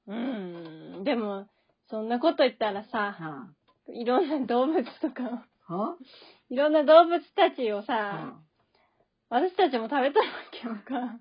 でも、そんなこと言ったらさ、いろんな動物とか、いろんな動物たちをさ、私たちも食べたわけよか。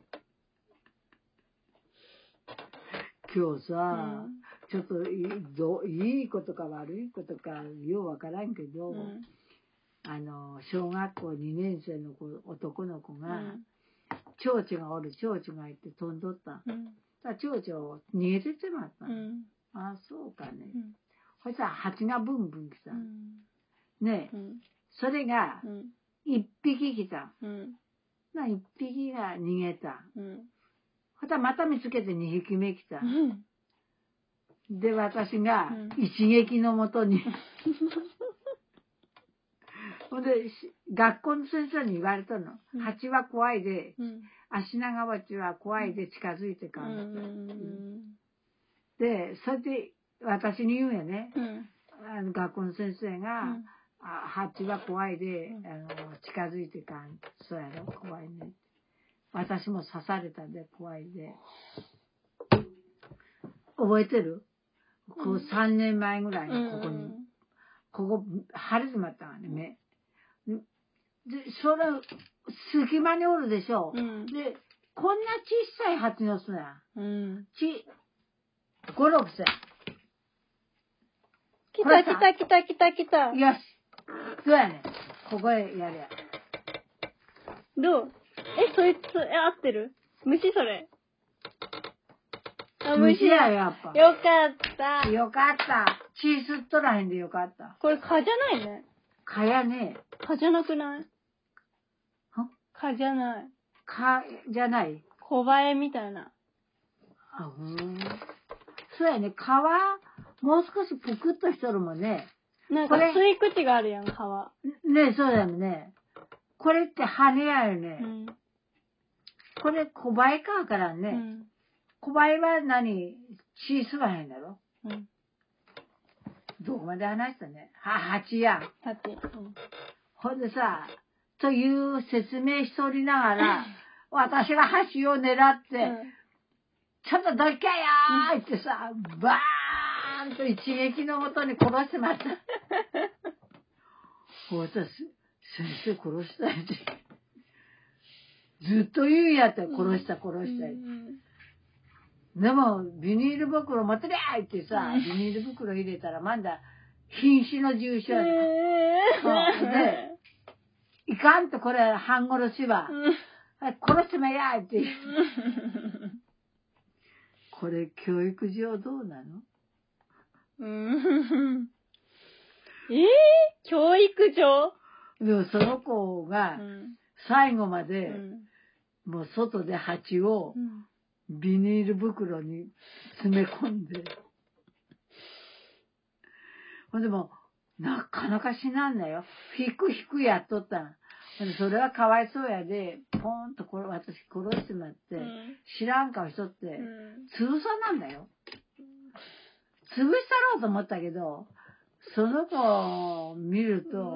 今日さ、ちょっといいことか悪いことかようわからんけど、小学校2年生の男の子が、蝶々がおる、蝶々がいて飛んどった。蝶々を逃げてってまった。あ、そうかね。そしたら蜂がブンブン来た。ね、それが1匹来た。1匹が逃げた。そしたらまた見つけて2匹目来た。で、私が一撃のもとに、ほんで、学校の先生に言われたの。蜂は怖いで、足長蜂は怖いで近づいてかん。で、それで私に言うんやね。学校の先生が、蜂は怖いで、近づいてかん。そうやろ、怖いね。私も刺されたで、怖いで。覚えてる？こう3年前ぐらいにここ腫れてまったわね、目。で、それ、隙間におるでしょ。で、こんな小さい蜂の巣や。5、6歳。 来た。 よし。そうやね。ここへやるや。 どう？そいつ、合ってる？虫それ。 虫や、やっぱ。 よかった。 よかった。血吸っとらへんでよかった。 これ蚊じゃないね。 蚊やね。 蚊じゃなくない？蚊じゃない。 蚊じゃない？ 小バエみたいな。 そうやね。蚊は、もう少しぷくっとしとるもんね。 なんか吸い口があるやん、蚊は。 ね、そうだよね。これって羽やよね。これ小バエかわからんね。小バエは血吸わへんだろ。どこまで話したね。蜂や。ほんでさ、という説明しとりながら、私が蜂を狙って、ちょっとどっきゃやーってさ、バーンと一撃のもとに殺してました。私、先生殺したいって。ずっと言うんやった。殺したい。でも、ビニール袋持ってりゃーってさ、ビニール袋入れたらまだ瀕死の重傷やで、いかんとこれ半殺しは、殺してまえやーって。これ教育上どうなの？ 教育上？ でもその子が最後までもう外で蜂をビニール袋に詰め込んで、でもなかなか死なんだよ。ひくやっとったん。それはかわいそうやで、ポーンと私殺してもらって、知らん顔しとって、潰さなんだよ。潰したろうと思ったけど、その子を見ると、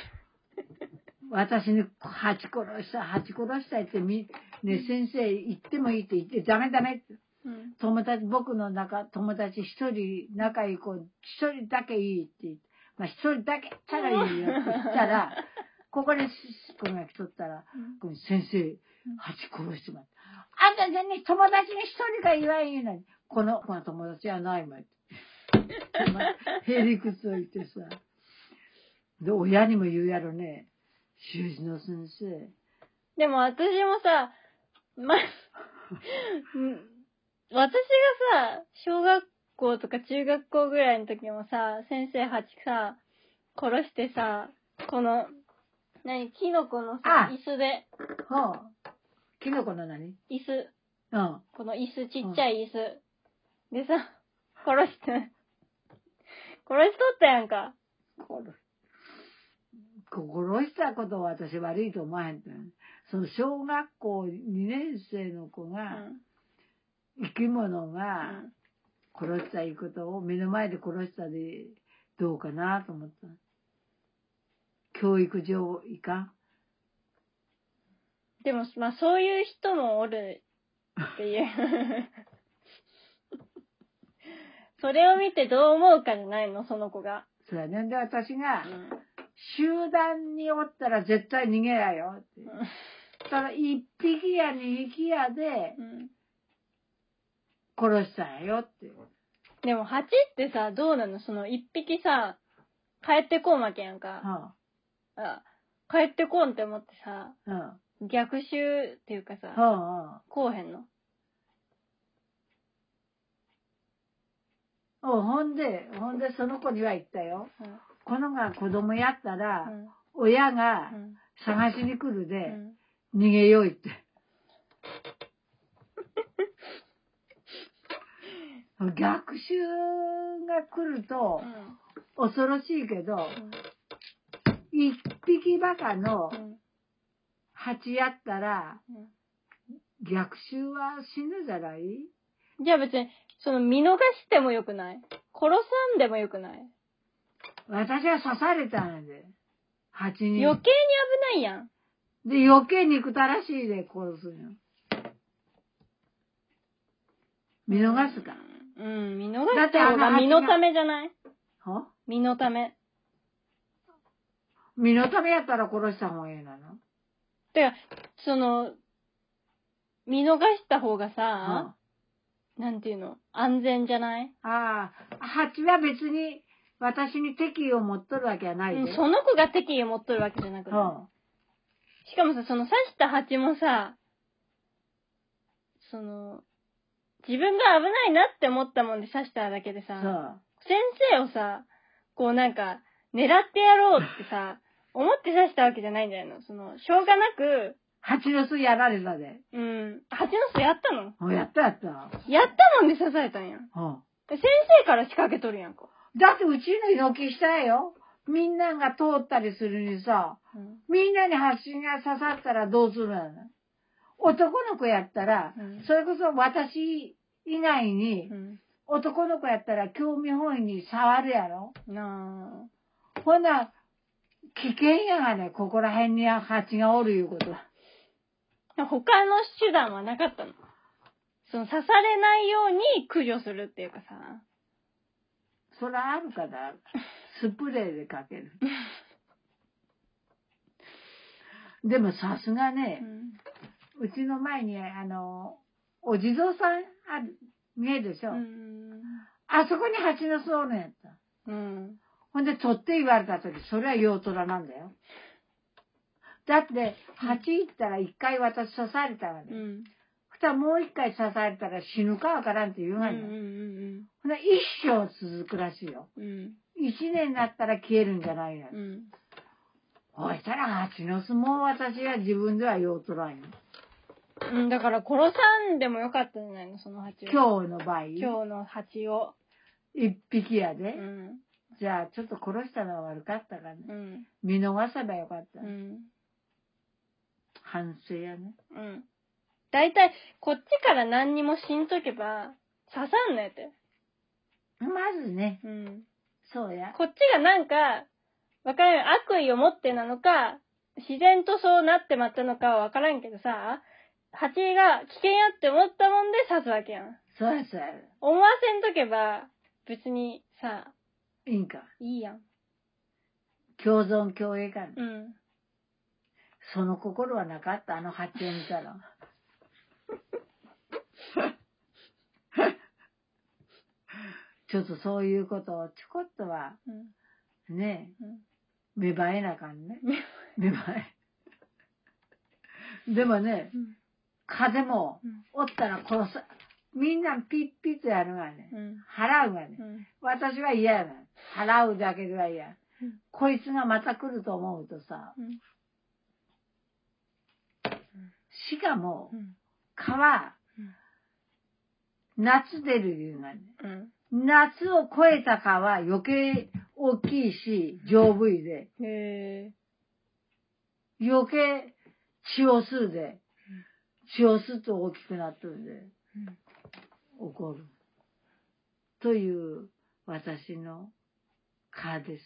私に蜂殺したいってね、先生言ってもいいって言って、ダメって。僕の友達一人仲いい子、一人だけいいって言って、一人だけたらいいよって言ったら、ここで子が来とったら、先生、蜂殺してもらった。あんたじゃね、友達に一人が言わんような、この子の友達はないもん。へりくつを言ってさ。で、親にも言うやろね。習字の先生。 でも私もさ、私がさ、小学校とか中学校ぐらいの時もさ、先生蜂さ、殺してさ、この、キノコのさ、椅子で。 キノコの何？ 椅子。この椅子、ちっちゃい椅子。でさ、殺しとったやんか。 殺したことは私悪いと思わへんって。その小学校2年生の子が、生き物が殺したいことを目の前で殺したでどうかなと思った。教育上いかん。 でも、そういう人もおるっていう。 それを見てどう思うかじゃないの、その子が。 そうやね。で、私が、集団におったら絶対逃げやよって。ただ、1匹や2匹やで、殺したんやよって。 でも、蜂ってさ、どうなの？その1匹さ、帰ってこんわけやんか。帰ってこんって思ってさ、逆襲っていうかさ、こうへんの？ ほんでその子には言ったよ。このが子供やったら、親が探しに来るで、逃げよいって。逆襲が来ると、恐ろしいけど、一匹バカの蜂やったら、逆襲は死ぬじゃない？ じゃあ別に、見逃してもよくない？殺さんでもよくない？ 私は刺されたんで、蜂に。 余計に危ないやん。 で、余計憎たらしいで殺すの。見逃すか。 見逃した方が身のためじゃない？身のため。 身のためやったら殺した方がいいなの？ てか、見逃した方がさ、なんていうの、安全じゃない？ 蜂は別に私に敵意を持っとるわけはないで。 その子が敵意を持っとるわけじゃなくて。しかもさ、刺した蜂もさ、自分が危ないなって思ったもんで刺しただけでさ、先生をさ、こうなんか、狙ってやろうってさ、思って刺したわけじゃないんだよ。しょうがなく、 蜂の巣やられたで。 蜂の巣やったの？ やった。 やったもんで刺されたんや。先生から仕掛けとるやんか。 だってうちの軒下やよ。みんなが通ったりするにさ、みんなに蜂が刺さったらどうするの？男の子やったら、それこそ私以外に、男の子やったら興味本位に触るやろ？ほな、危険やがね、ここら辺に蜂がおるいうことは。 他の手段はなかったの？刺されないように駆除するっていうかさ。 そらあるかな。スプレーでかける。でもさすがね、うちの前にお地蔵さんある、見えるでしょ？あそこに蜂の巣おるんやった。ほんで取って言われたとき、それは用虎なんだよ。だって、蜂行ったら一回私刺されたわね。ふたもう一回刺されたら死ぬかわからんって言うがね。ほんで一生続くらしいよ。一年になったら消えるんじゃないや。ほいたら蜂の巣も私は自分では用虎んよ。 だから殺さんでもよかったんじゃないの、その蜂を。 今日の場合。 今日の蜂を。 一匹やで。じゃあちょっと殺したのは悪かったかね。見逃せばよかった。反省やね。 だいたいこっちから何にもしんとけば刺さんのやて。 まずね。そうや。 こっちがなんか、わからん、悪意を持ってなのか、自然とそうなってまったのかはわからんけどさ、蜂が危険やって思ったもんで刺すわけやん。 そうや。 思わせんとけば、別にさ、 いいんか。 いいやん。 共存共栄かね。その心はなかった、あの蜂を見たら。ちょっとそういうことをちょこっとは、ねえ、芽生えなあかんね。芽生え。でもね、風も、おったら殺す。みんなピッピッとやるがね。払うがね。私は嫌やな。払うだけでは嫌。こいつがまた来ると思うとさ、しかも、蚊、夏出るいうがね。夏を超えた蚊は余計大きいし、丈夫いで。余計血を吸うで。血を吸うと大きくなってるんで、怒る。という私の蚊です。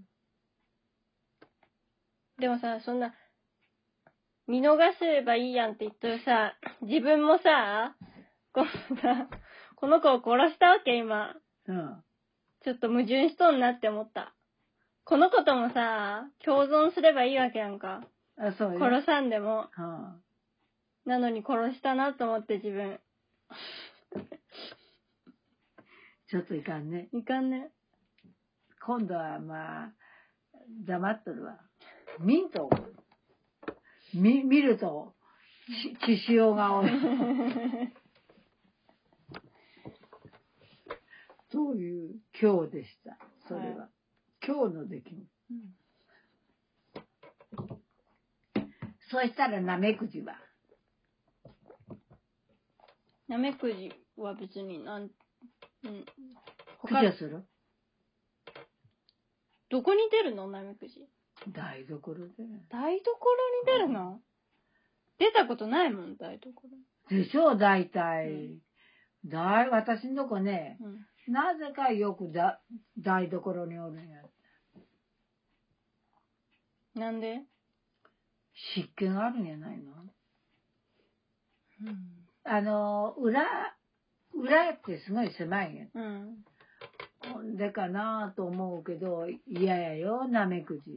でもさ、そんな、見逃せばいいやんって言ったらさ、自分もさ、この子を殺したわけ、今。 うん。 ちょっと矛盾しとんなって思った。この子ともさ、共存すればいいわけやんか。 あ、そうよ。 殺さんでも。 うん。 なのに殺したなと思って自分。 ちょっといかんね。 いかんね。 今度はまあ、黙っとるわ。見んと。見ると、血潮が多い。そういう今日でした。それは。はい、今日の出来事。そうしたらナメクジは。 ナメクジは別に駆除する？ どこに出るのナメクジ？ 台所で。 台所に出るの？出たことないもん、台所。 でしょう、大体。私のとこね、なぜかよく台所におるんや。 なんで？ 湿気があるんやないの？裏ってすごい狭いんや。でかなと思うけど、嫌やよ、ナメクジ。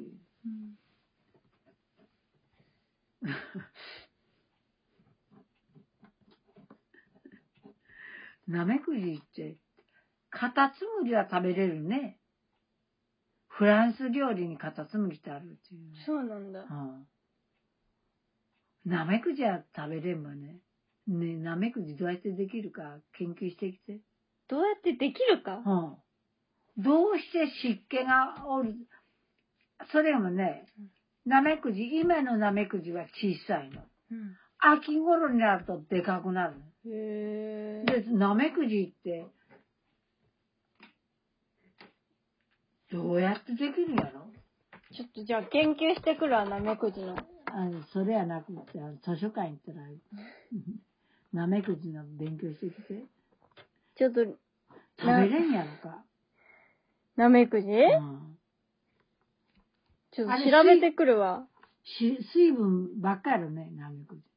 ナメクジって、カタツムリは食べれるね。フランス料理にカタツムリってあるっていう。 そうなんだ。 ナメクジは食べれんわね。ね、ナメクジどうやってできるか研究してきて。 どうやってできるか？ どうして湿気がおる。それもね、ナメクジ、今のナメクジは小さいの。秋頃になるとでかくなる。で、ナメクジって、どうやってできるんやろ？ ちょっとじゃあ研究してくるわ、ナメクジの。 それはなくて、図書館行ったら、ナメクジの勉強してきて。 ちょっと、 食べれんやろか。 ナメクジ？ちょっと調べてくるわ。 水分ばっかりね、ナメクジ。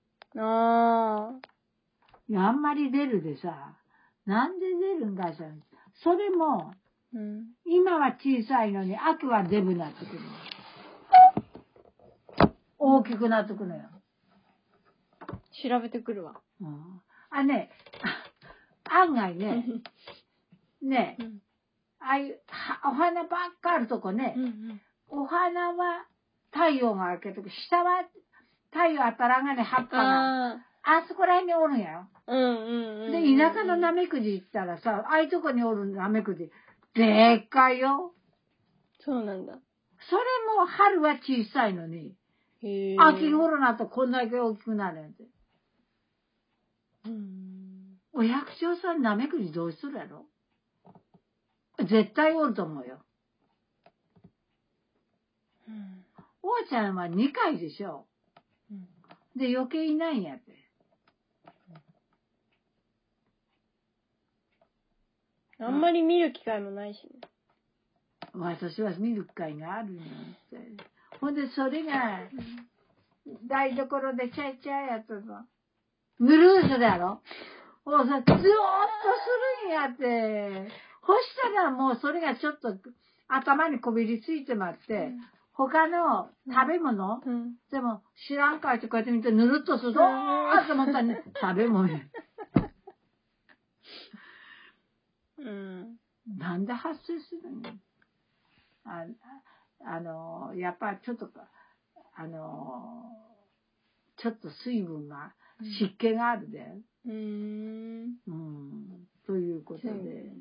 いや、あんまり出るでさ、なんで出るんかしら。それも、今は小さいのに、秋はデブになってくる。大きくなってくるのよ。 調べてくるわ。 案外ね、ああいうお花ばっかあるとこね、お花は太陽があるけど、下は太陽当たらんがね、葉っぱが。あそこら辺におるんやよ。で、田舎のナメクジ行ったらさ、ああいうとこにおるナメクジ、でっかいよ。 そうなんだ。 それも春は小さいのに、秋頃になるとこんだけ大きくなるんやて。お百姓さんナメクジどうするやろ？絶対おると思うよ。おばちゃんは2回でしょ。で、余計いないんやって。 あんまり見る機会もないしね。 私は見る機会があるんやって。ほんで、それが、台所でチャイチャイやったの。ぬるーするやろ？ずーっとするんやって。ほしたらもうそれがちょっと頭にこびりついてまって、他の食べ物、でも知らんかってこうやって見てぬるっとすると、と思ったらね、食べ物や。なんで発生するの？やっぱちょっと、ちょっと水分が、湿気があるで。ということで。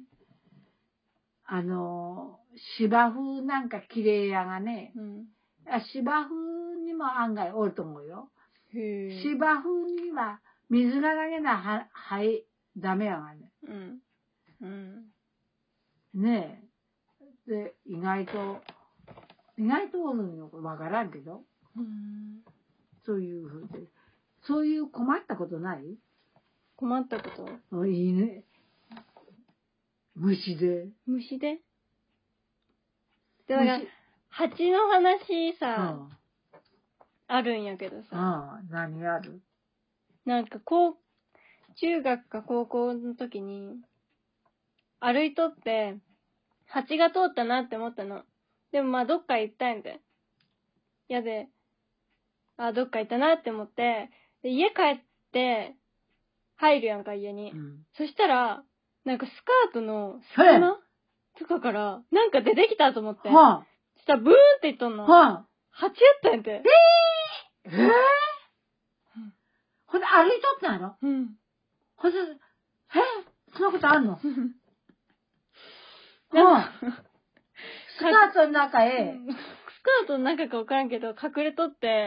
芝生なんか綺麗やがね。芝生にも案外おると思うよ。芝生には水が投げな、ダメやがね。ねえ。で、意外とおるのかわからんけど。そういうふうで。そういう困ったことない？ 困ったこと？ いいね。虫でだから、蜂の話さ、あるんやけどさ。 何ある？ なんか中学か高校の時に、 歩いとって、蜂が通ったなって思ったの。でもまあどっか行ったんで。やで、どっか行ったなって思って、で家帰って、入るやんか、家に。そしたら、なんかスカートの隙間とかから、なんか出てきたと思って。そしたらブーンって言っとんの。蜂やったんやて。 ほんで歩いとったんやろ？ほんで、そんなことあんの？スカートの中へ。 スカートの中かわからんけど、隠れとって。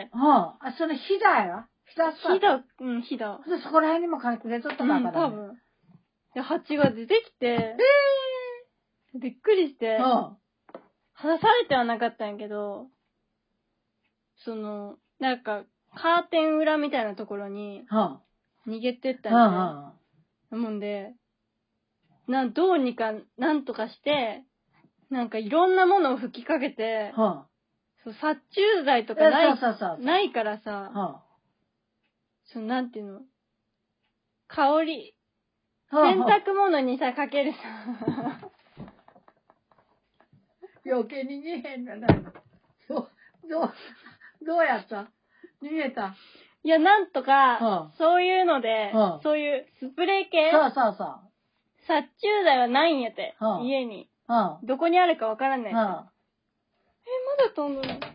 そのひだやろ？ ひだ。 で、そこら辺にも隠れとったからね。 多分。で、蜂が出てきて。びっくりして。離されてはなかったんやけど、なんか、カーテン裏みたいなところに、逃げてったんや。もんで、どうにか、なんとかして、なんかいろんなものを吹きかけて、殺虫剤とかないからさ、なんていうの、香り、洗濯物にさ、かけるさ、 余計に逃げへんのだ。どうやった？逃げた？ いや、なんとか、そういうので、そういうスプレー系殺虫剤はないんやて、家に。どこにあるかわからない。まだ飛んどる。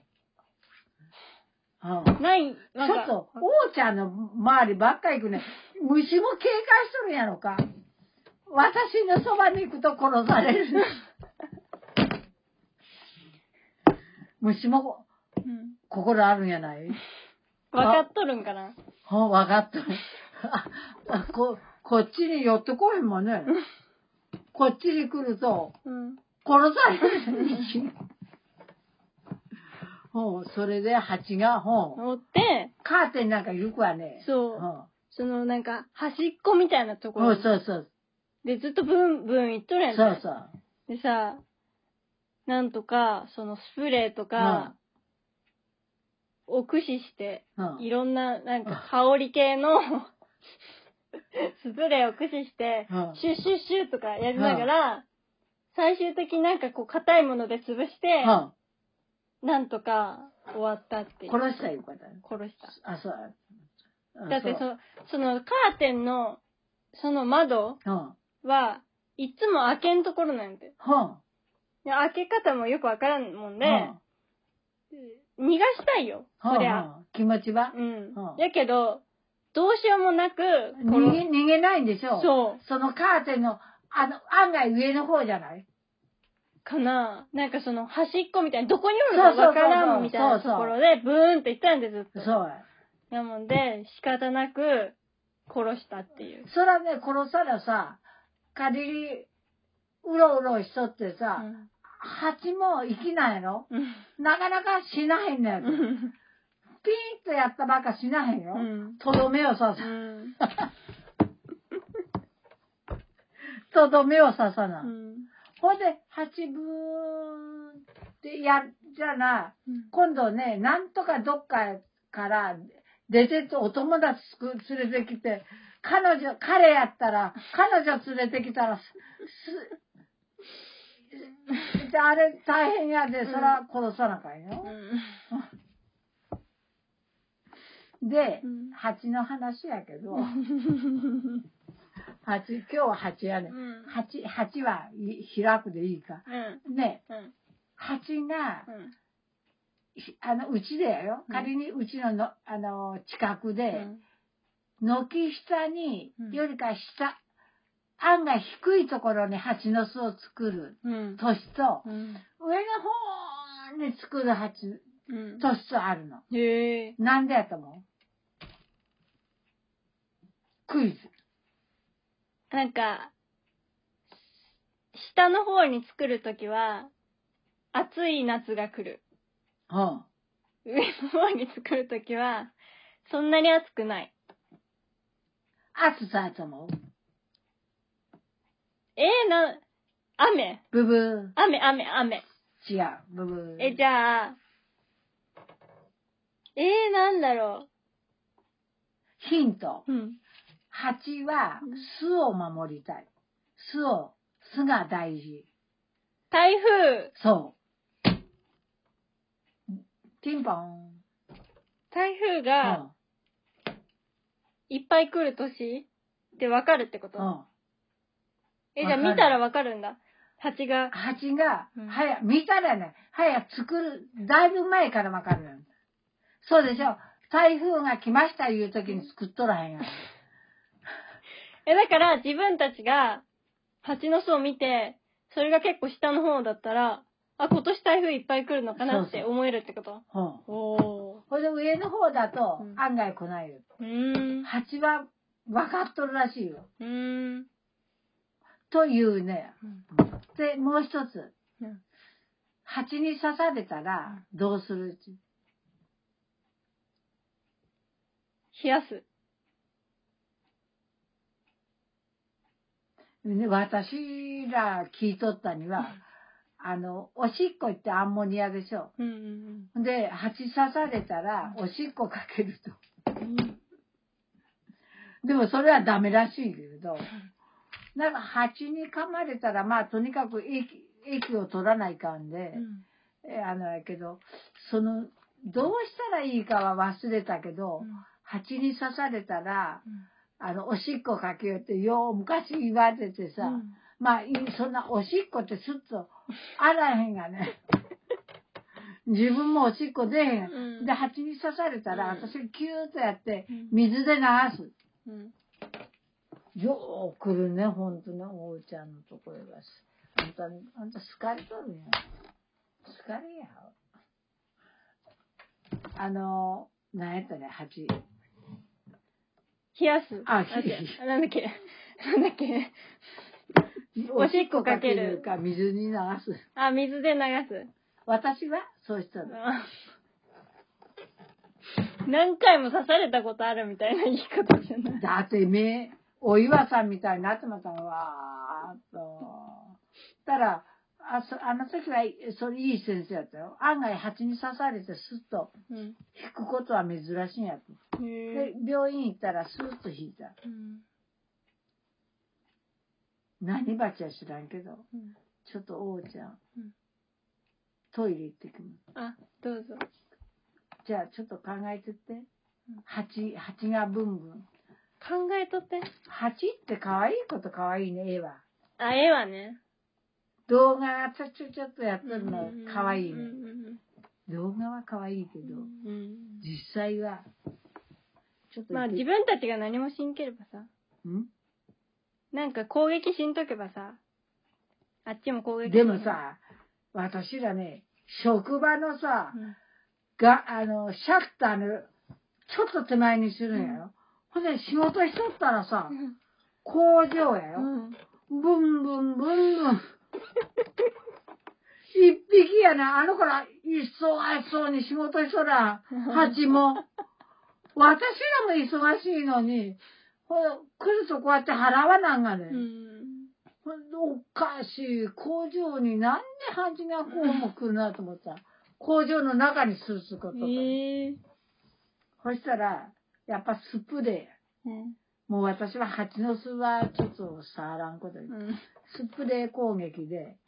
ない、なんか。 ちょっと、王ちゃんの周りばっか行くね。虫も警戒しとるんやろか。私のそばに行くと殺される。虫も、心あるんやない？ わかっとるんかな？ わかっとる。こっちに寄ってこいもんね。こっちに来ると、殺されるし。それで蜂が、 持って、 カーテンなんか行くわね。 なんか、端っこみたいなところ。で、ずっとブンブン言っとるやん。でさ、なんとか、スプレーとか、を駆使して、いろんな、なんか、香り系の、スプレーを駆使して、シュッシュッシュッとかやりながら、最終的になんかこう、硬いもので潰して、なんとか終わったっていう。 殺したいうことだね。 殺した。 そう。 だってそのカーテンの、その窓は、いつも開けんところなんで。開け方もよくわからんもんで、逃がしたいよ。そりゃ。 気持ちは？ だけど、どうしようもなく、 逃げないんでしょ？ そう。 そのカーテンの、案外上の方じゃない？ かな？なんか端っこみたいな、どこにおるかわからんみたいなところで、ブーンって言ったんでずっと。そうや。なもんで、仕方なく、殺したっていう。 そらね、殺したらさ、仮に、うろうろしとってさ、蜂も生きないの？なかなか死なへんのやつ。ピーンとやったばっか死なへんよ。とどめを刺す。とどめを刺さな。ほんで、蜂ブーンってじゃな、今度ね、なんとかどっかから出てってお友達連れてきて、彼やったら、彼女連れてきたら、あれ大変やで、そら殺さなあかんよ。で、蜂の話やけど、今日は蜂やね。蜂は開くでいいか。ね、蜂が、うちでやよ。仮にうちの近くで、軒下に、よりか下、案外低いところに蜂の巣を作る年と、上の方に作る蜂、年とあるの。なんでやと思う？クイズ。 なんか、下の方に作るときは、暑い夏が来る。上の方に作るときは、そんなに暑くない。 暑さやと思う？ 雨。 ブブー。 雨。 違う。ブブー。 じゃあ、なんだろう。 ヒント。蜂は巣を守りたい。巣を巣が大事。 台風。 そう。ピンポン。 台風が、いっぱい来る年ってわかるってこと？じゃあ見たらわかるんだ。蜂が、 見たらね、作る、だいぶ前からわかる。そうでしょ。台風が来ましたいう時に作っとらへんやん。 だから自分たちが蜂の巣を見て、それが結構下の方だったら、あ、今年台風いっぱい来るのかなって思えるってこと？ これで上の方だと案外来ないよ。蜂は分かっとるらしいよ。というね。で、もう一つ。蜂に刺されたらどうする？ 冷やす。 私ら聞いとったには、おしっこってアンモニアでしょ。で、蜂刺されたらおしっこかけると。でもそれはダメらしいけれど、なんか蜂に噛まれたら、まあとにかく液を取らないかんで、やけど、どうしたらいいかは忘れたけど、蜂に刺されたら、おしっこかけようって昔言われてさ、まあ、そんなおしっこってすっとあらへんがね。自分もおしっこ出へん。で、蜂に刺されたら、私キューッとやって、水で流す。よー来るね、ほんとね、おうちゃんのところが。あんた好かれとるやん。好かれや。なんやったね、蜂。 冷やす。 なんだっけおしっこかけるか水に流す。 あ、水で流す。 私はそうしたの。 何回も刺されたことあるみたいな言い方じゃない。 だってお岩さんみたいになってまったのわーっと。たら、あの時は、それいい先生やったよ。案外蜂に刺されてスッと引くことは珍しいんやと。で、病院行ったらスーッと引いた。何蜂は知らんけど、ちょっとおうちゃん、トイレ行ってきます。 あ、どうぞ。 じゃあちょっと考えてって。蜂がブンブン。 考えとって。 蜂って可愛いこと可愛いね、絵は。 あ、絵はね。 動画ちょっとやってるの可愛いね。動画は可愛いけど、実際は、ちょっと。 まあ自分たちが何もしんければさ。なんか攻撃しんとけばさ、あっちも攻撃でもさ、私らね、職場のさ、シャッターの、ちょっと手前にするんやよ。ほんで仕事しとったらさ、工場やよ。ブンブンブンブン。一匹やな、あの子ら、忙しそうに仕事しとら、蜂も。私らも忙しいのに、来るとこうやって払わなんがね。おかしい。工場になんで蜂がこうも来るなと思った。工場の中にすることか。そしたら、やっぱスプレー。もう私は蜂の巣はちょっと触らんことに。スプレー攻撃で。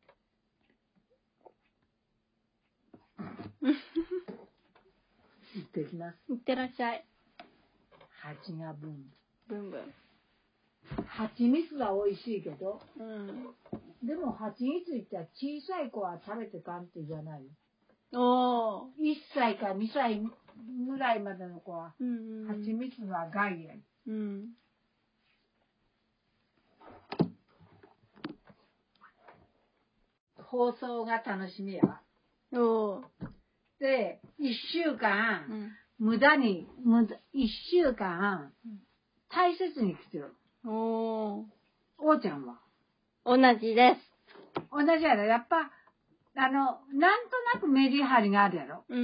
行ってきます。 行ってらっしゃい。 蜂がブンブンブン。 蜂蜜は美味しいけど、でも蜂蜜って小さい子は食べてかんって言わない。1歳か2歳ぐらいまでの子は、蜂蜜は害や。放送が楽しみやわ。で、1週間、1週間、大切に来てる。おうちゃんは同じです。 同じやろ。やっぱ、なんとなくメリハリがあるやろ。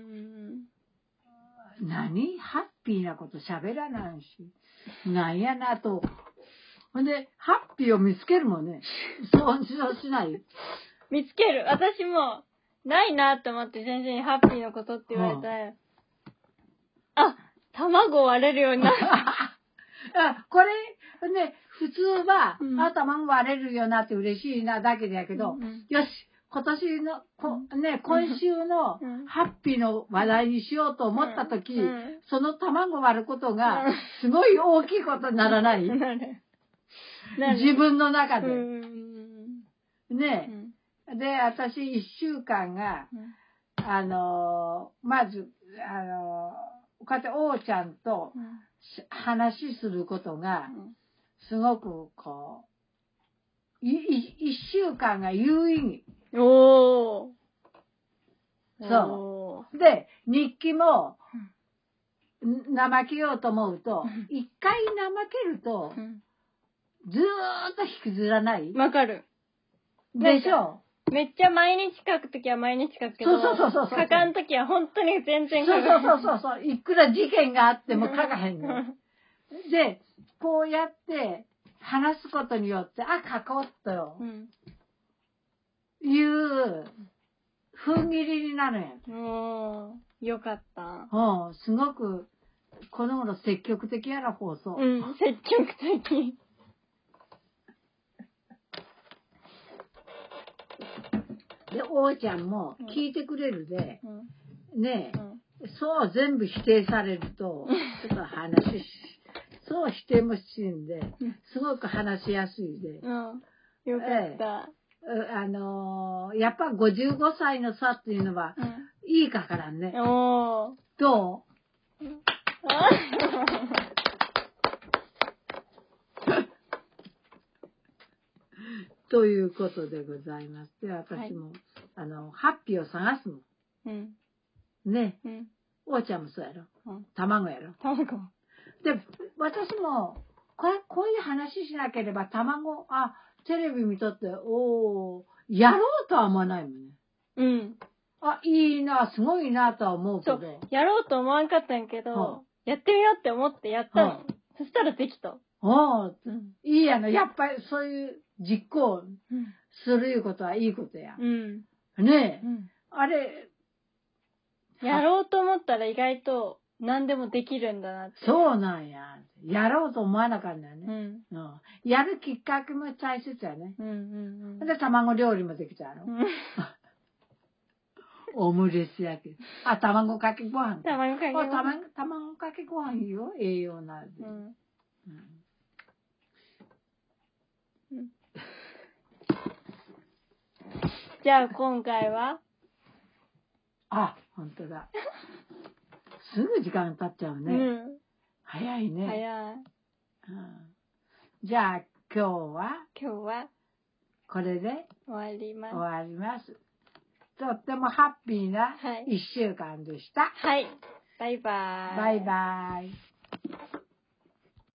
何ハッピーなこと喋らないし。なんやなと。ほんで、ハッピーを見つけるもんね。そうしない。 見つける。私も、ないなって思って先生にハッピーなことって言われて、あ、卵割れるようになる。 これ、ね、普通は、 うん頭割れるよなって嬉しいなだけだけど、よし、今年の、今週のハッピーの話題にしようと思ったとき、その卵割ることが、すごい大きいことにならない、自分の中で。ね。で、私、1週間が、まず、こうやって王ちゃんと話することが、すごくこう、1週間が有意義。 おー。 そう。で、日記も、怠けようと思うと、一回怠けると、ずーっと引きずらない？ わかる。 でしょ？ めっちゃ毎日書くときは毎日書くけど、 そう。 書かんときは本当に全然書かない。 そう。いくら事件があっても書かへんの。で、こうやって話すことによって、書こうという踏ん切りになるんや。 よかった。 すごく、この頃積極的やな放送。 積極的。 で、王ちゃんも聞いてくれるで、ねえ、そう全部否定されると、ちょっとそう否定もしんで、すごく話しやすいで。 よかった。 やっぱ55歳の差っていうのは、いいかからね。どう？ということでございまして、私も、ハッピーを探すもん。ね。王ちゃんもそうやろ。卵やろ。で、私も、こういう話しなければ卵、テレビ見とって、やろうとは思わないもんね。いいな、すごいなとは思うけど。そう、 やろうと思わんかったんやけど、やってみようって思ってやったの。そしたらできた。いいやな、やっぱりそういう実行するいうことはいいことや。ねえ。あれ。やろうと思ったら意外と何でもできるんだなって。そうなんや。やろうと思わなかったんだよね。やるきっかけも大切やね。で、卵料理もできちゃうの。オムレツやけど。卵かけご飯。卵かけご飯いいよ。栄養なる。じゃあ今回は本当だ。すぐ時間経っちゃうね。早いね。 早い。 じゃあ今日はこれで終わります。 とってもハッピーな1週間でした。 はい。バイバーイ。 バイバイ。